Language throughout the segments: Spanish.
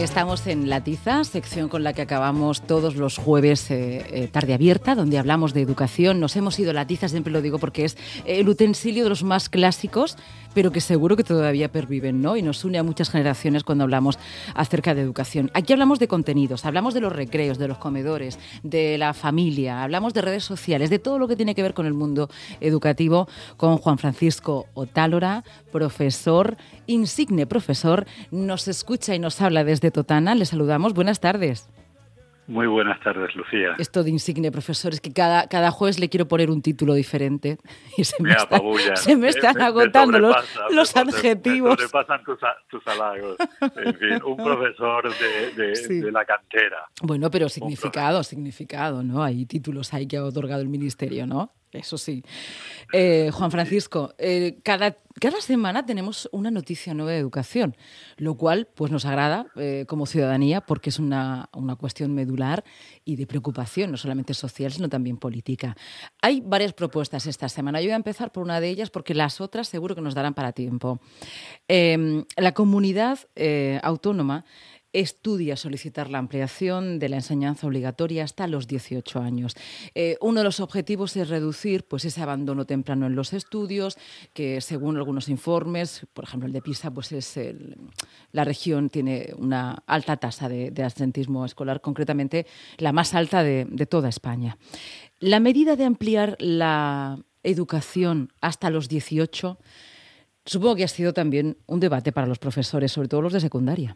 Estamos en La Tiza, sección con la que acabamos todos los jueves tarde abierta, donde hablamos de educación. Nos hemos ido a La Tiza, siempre lo digo porque es el utensilio de los más clásicos, pero que seguro que todavía perviven, ¿no? Y nos une a muchas generaciones cuando hablamos acerca de educación. Aquí hablamos de contenidos, hablamos de los recreos, de los comedores, de la familia, hablamos de redes sociales, de todo lo que tiene que ver con el mundo educativo, con Juan Francisco Otálora, profesor, insigne profesor, nos escucha y nos habla desde Totana. Le saludamos. Buenas tardes. Muy buenas tardes, Lucía. Esto de insigne profesor, es que cada jueves le quiero poner un título diferente y se me están agotando los adjetivos. Me sobrepasan tus halagos. En fin, un profesor de la cantera. Bueno, pero significado, ¿no? Hay títulos ahí que ha otorgado el Ministerio, ¿no? Eso sí. Juan Francisco, cada semana tenemos una noticia nueva de educación, lo cual pues nos agrada como ciudadanía porque es una cuestión medular y de preocupación, no solamente social, sino también política. Hay varias propuestas esta semana. Yo voy a empezar por una de ellas porque las otras seguro que nos darán para tiempo. La comunidad autónoma estudia solicitar la ampliación de la enseñanza obligatoria hasta los 18 años. Uno de los objetivos es reducir pues, ese abandono temprano en los estudios, que según algunos informes, por ejemplo el de PISA, pues la región tiene una alta tasa de absentismo escolar, concretamente la más alta de toda España. La medida de ampliar la educación hasta los 18, supongo que ha sido también un debate para los profesores, sobre todo los de secundaria.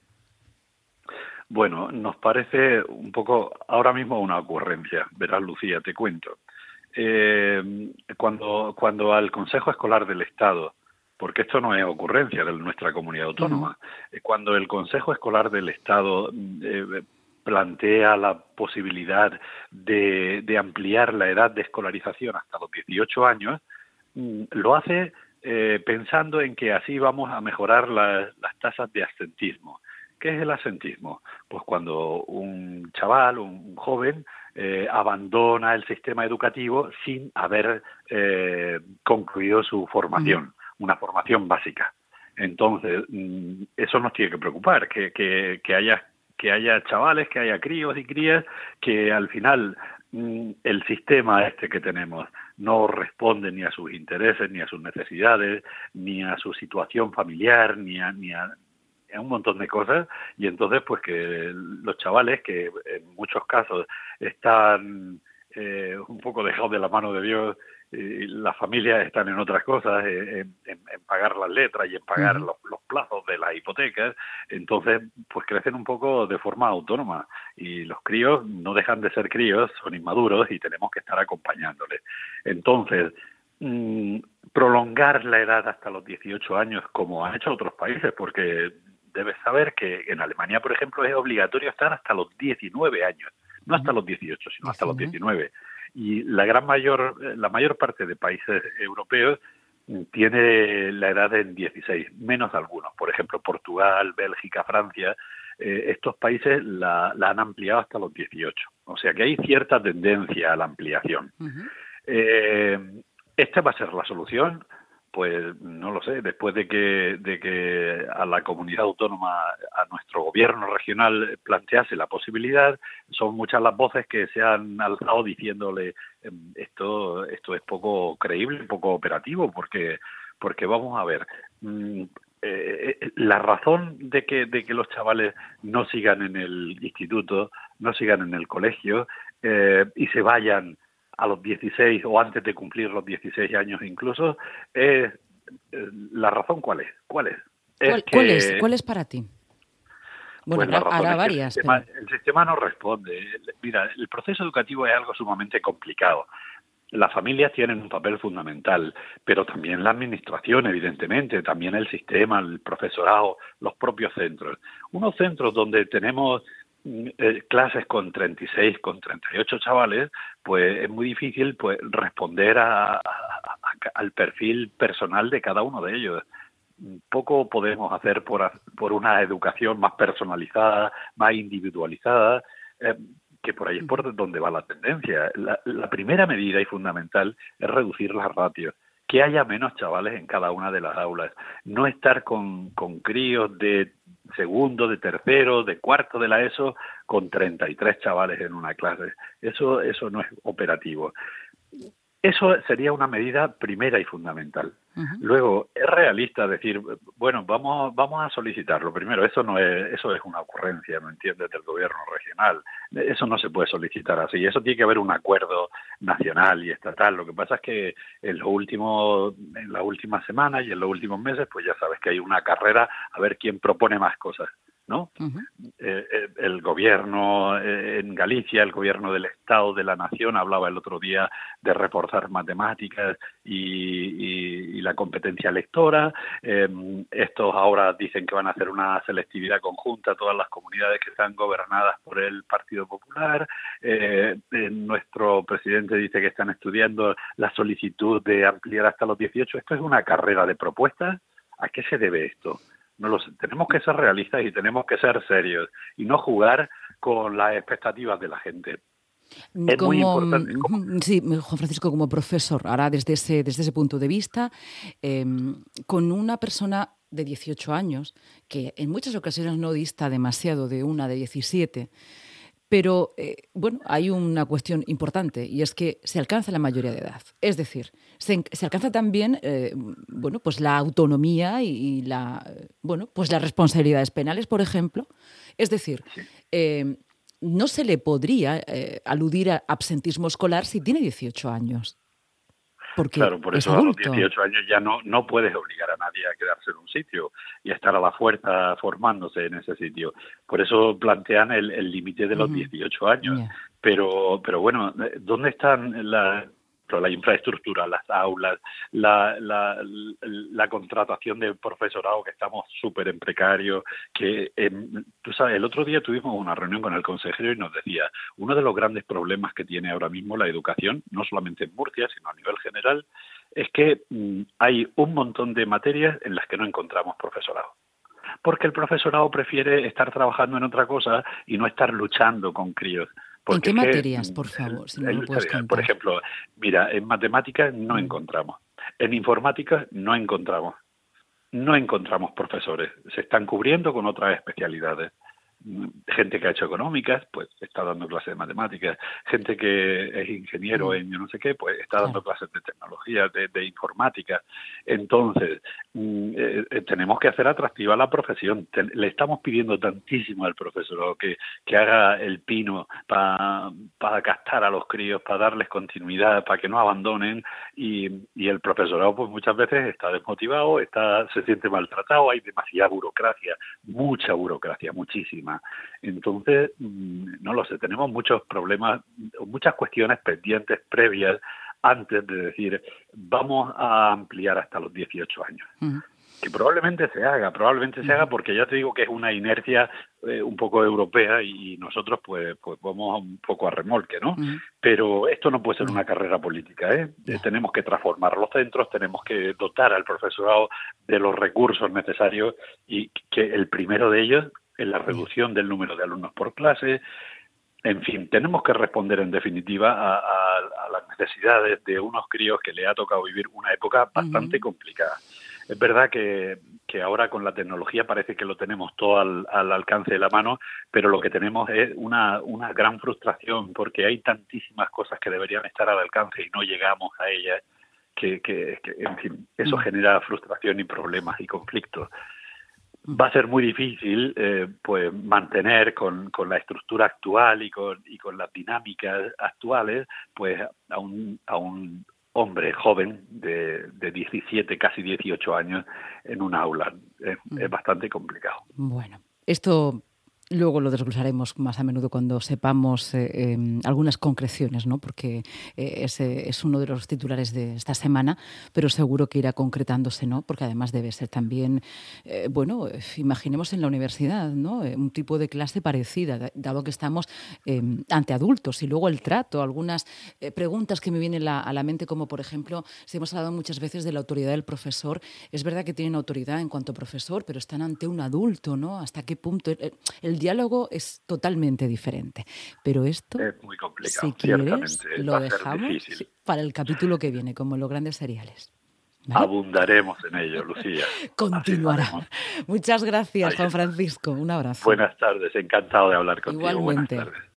Bueno, nos parece un poco ahora mismo una ocurrencia. Verás, Lucía, te cuento. Cuando al Consejo Escolar del Estado, porque esto no es ocurrencia de nuestra comunidad autónoma, cuando el Consejo Escolar del Estado plantea la posibilidad de ampliar la edad de escolarización hasta los 18 años, lo hace pensando en que así vamos a mejorar las tasas de absentismo. ¿Qué es el absentismo? Pues cuando un chaval, un joven, abandona el sistema educativo sin haber concluido su formación, una formación básica. Entonces, eso nos tiene que preocupar, que haya chavales, que haya críos y crías, que al final el sistema que tenemos no responde ni a sus intereses, ni a sus necesidades, ni a su situación familiar, ni a un montón de cosas, y entonces pues que los chavales que en muchos casos están un poco dejados de la mano de Dios, y las familias están en otras cosas, en pagar las letras y en pagar los plazos de las hipotecas, entonces pues crecen un poco de forma autónoma y los críos no dejan de ser críos, son inmaduros y tenemos que estar acompañándoles. Entonces, prolongar la edad hasta los 18 años como han hecho otros países, porque debes saber que en Alemania, por ejemplo, es obligatorio estar hasta los 19 años, no hasta los 18, sino hasta los 19. Y la mayor parte de países europeos tiene la edad en 16, menos algunos. Por ejemplo, Portugal, Bélgica, Francia, estos países la han ampliado hasta los 18. O sea que hay cierta tendencia a la ampliación. ¿Esta va a ser la solución? Pues no lo sé, después de que a la comunidad autónoma, a nuestro gobierno regional plantease la posibilidad, son muchas las voces que se han alzado diciéndole esto es poco creíble, poco operativo, porque vamos a ver, la razón de que los chavales no sigan en el instituto, no sigan en el colegio y se vayan a los 16 o antes de cumplir los 16 años incluso, ¿la razón cuál es? ¿Cuál es para ti? Bueno, pues habrá varias. El sistema no responde. Mira, el proceso educativo es algo sumamente complicado. Las familias tienen un papel fundamental, pero también la administración, evidentemente, también el sistema, el profesorado, los propios centros. Unos centros donde tenemos clases con 36, con 38 chavales, pues es muy difícil pues responder al perfil personal de cada uno de ellos. Poco podemos hacer por una educación más personalizada, más individualizada, que por ahí es por donde va la tendencia. La primera medida y fundamental es reducir las ratios. que haya menos chavales en cada una de las aulas, no estar con críos de segundo, de tercero, de cuarto de la ESO, con 33 chavales en una clase. Eso no es operativo. Eso sería una medida primera y fundamental. Uh-huh. Luego, es realista decir, bueno, vamos a solicitarlo. Primero, eso es una ocurrencia, ¿no entiendes?, del gobierno regional. Eso no se puede solicitar así. Eso tiene que haber un acuerdo nacional y estatal. Lo que pasa es que en las últimas semanas y en los últimos meses, pues ya sabes que hay una carrera a ver quién propone más cosas, ¿no? Uh-huh. El gobierno en Galicia, el gobierno del Estado, de la Nación, hablaba el otro día de reforzar matemáticas y la competencia lectora. Estos ahora dicen que van a hacer una selectividad conjunta a todas las comunidades que están gobernadas por el Partido Popular. Nuestro presidente dice que están estudiando la solicitud de ampliar hasta los 18. Esto es una carrera de propuestas. ¿A qué se debe esto? No lo sé. Tenemos que ser realistas y tenemos que ser serios y no jugar con las expectativas de la gente. Es muy importante. Sí, Juan Francisco, como profesor, ahora desde ese punto de vista, con una persona de 18 años, que en muchas ocasiones no dista demasiado de una de 17, pero, hay una cuestión importante y es que se alcanza la mayoría de edad. Es decir, se alcanza también, pues la autonomía y las responsabilidades penales, por ejemplo. Es decir, no se le podría aludir a absentismo escolar si tiene 18 años. Porque claro, por eso a los 18 años ya no puedes obligar a nadie a quedarse en un sitio y a estar a la fuerza formándose en ese sitio. Por eso plantean el límite de los 18 años. Yeah. Pero bueno, ¿dónde están la infraestructura, las aulas, la contratación de profesorado, que estamos súper en precario? Que tú sabes, el otro día tuvimos una reunión con el consejero y nos decía, uno de los grandes problemas que tiene ahora mismo la educación, no solamente en Murcia, sino a nivel general, es que hay un montón de materias en las que no encontramos profesorado. Porque el profesorado prefiere estar trabajando en otra cosa y no estar luchando con críos. Porque ¿en qué materias, por favor? Si no lo puedes contar. Por ejemplo, mira, en matemáticas no encontramos. En informática no encontramos. No encontramos profesores. Se están cubriendo con otras especialidades. Gente que ha hecho económicas, pues está dando clases de matemáticas. Gente que es ingeniero en yo no sé qué, pues está dando clases de tecnología, de informática. Entonces, tenemos que hacer atractiva la profesión. Le estamos pidiendo tantísimo al profesorado que haga el pino para captar a los críos, para darles continuidad, para que no abandonen. Y el profesorado, pues muchas veces está desmotivado, se siente maltratado, hay demasiada burocracia, mucha burocracia, muchísima. Entonces, no lo sé, tenemos muchos problemas, muchas cuestiones pendientes previas antes de decir, vamos a ampliar hasta los 18 años. Uh-huh. Que probablemente se haga porque ya te digo que es una inercia un poco europea y nosotros pues vamos un poco a remolque, ¿no? Uh-huh. Pero esto no puede ser una carrera política, ¿eh? Uh-huh. Tenemos que transformar los centros, tenemos que dotar al profesorado de los recursos necesarios y que el primero de ellos es la reducción del número de alumnos por clase. En fin, tenemos que responder en definitiva a las necesidades de unos críos que le ha tocado vivir una época bastante complicada. Es verdad que ahora con la tecnología parece que lo tenemos todo al alcance de la mano, pero lo que tenemos es una gran frustración porque hay tantísimas cosas que deberían estar al alcance y no llegamos a ellas, que en fin, eso genera frustración y problemas y conflictos. Va a ser muy difícil pues mantener con la estructura actual y con las dinámicas actuales pues a un hombre joven de 17, casi 18 años en un aula. Es bastante complicado. Bueno, esto luego lo desglosaremos más a menudo cuando sepamos algunas concreciones, ¿no? Porque es uno de los titulares de esta semana, pero seguro que irá concretándose, ¿no? Porque además debe ser también, imaginemos en la universidad, ¿no? Un tipo de clase parecida, dado que estamos ante adultos, y luego el trato, algunas preguntas que me vienen a la mente, como por ejemplo, si hemos hablado muchas veces de la autoridad del profesor, es verdad que tienen autoridad en cuanto a profesor, pero están ante un adulto, ¿no? ¿Hasta qué punto? El diálogo es totalmente diferente. Pero esto, es muy complicado, si quieres, lo dejamos para el capítulo que viene, como los grandes seriales. ¿vale? Abundaremos en ello, Lucía. Continuará. Muchas gracias, Juan Francisco. Un abrazo. Buenas tardes, encantado de hablar contigo. Igualmente. Buenas tardes.